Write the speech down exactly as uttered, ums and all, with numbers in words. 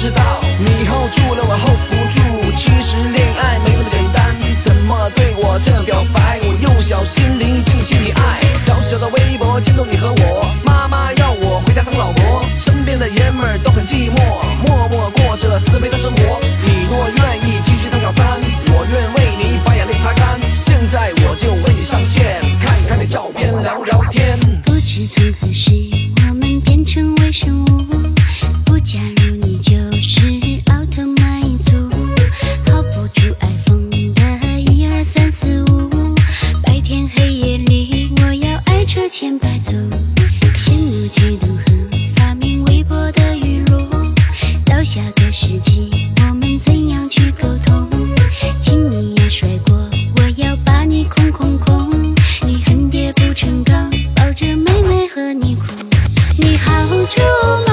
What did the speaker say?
知道你 hold 住了我 hold 不住。其实恋爱没那么简单，怎么对我这样表白？我幼小心灵经不起你爱。小小的微博牵动你和我，妈妈要我回家当老婆，身边的爷们儿都很寂寞，默默过着慈悲的生活。你若愿意继续当小三，我愿为你把眼泪擦干。现在我就为你上线，看看你照片聊聊天。 不知从何时我们变成微生物，不加入你就是奥特曼一族，好不出爱疯的一二三四五，白天黑夜里我要爱车千百组，羡慕嫉妒恨发明微博的娱乐，到下个世纪我们怎样去沟通？请你也甩锅，我要把你空空空，你恨爹不成钢，抱着妹妹和你哭，你好出吗？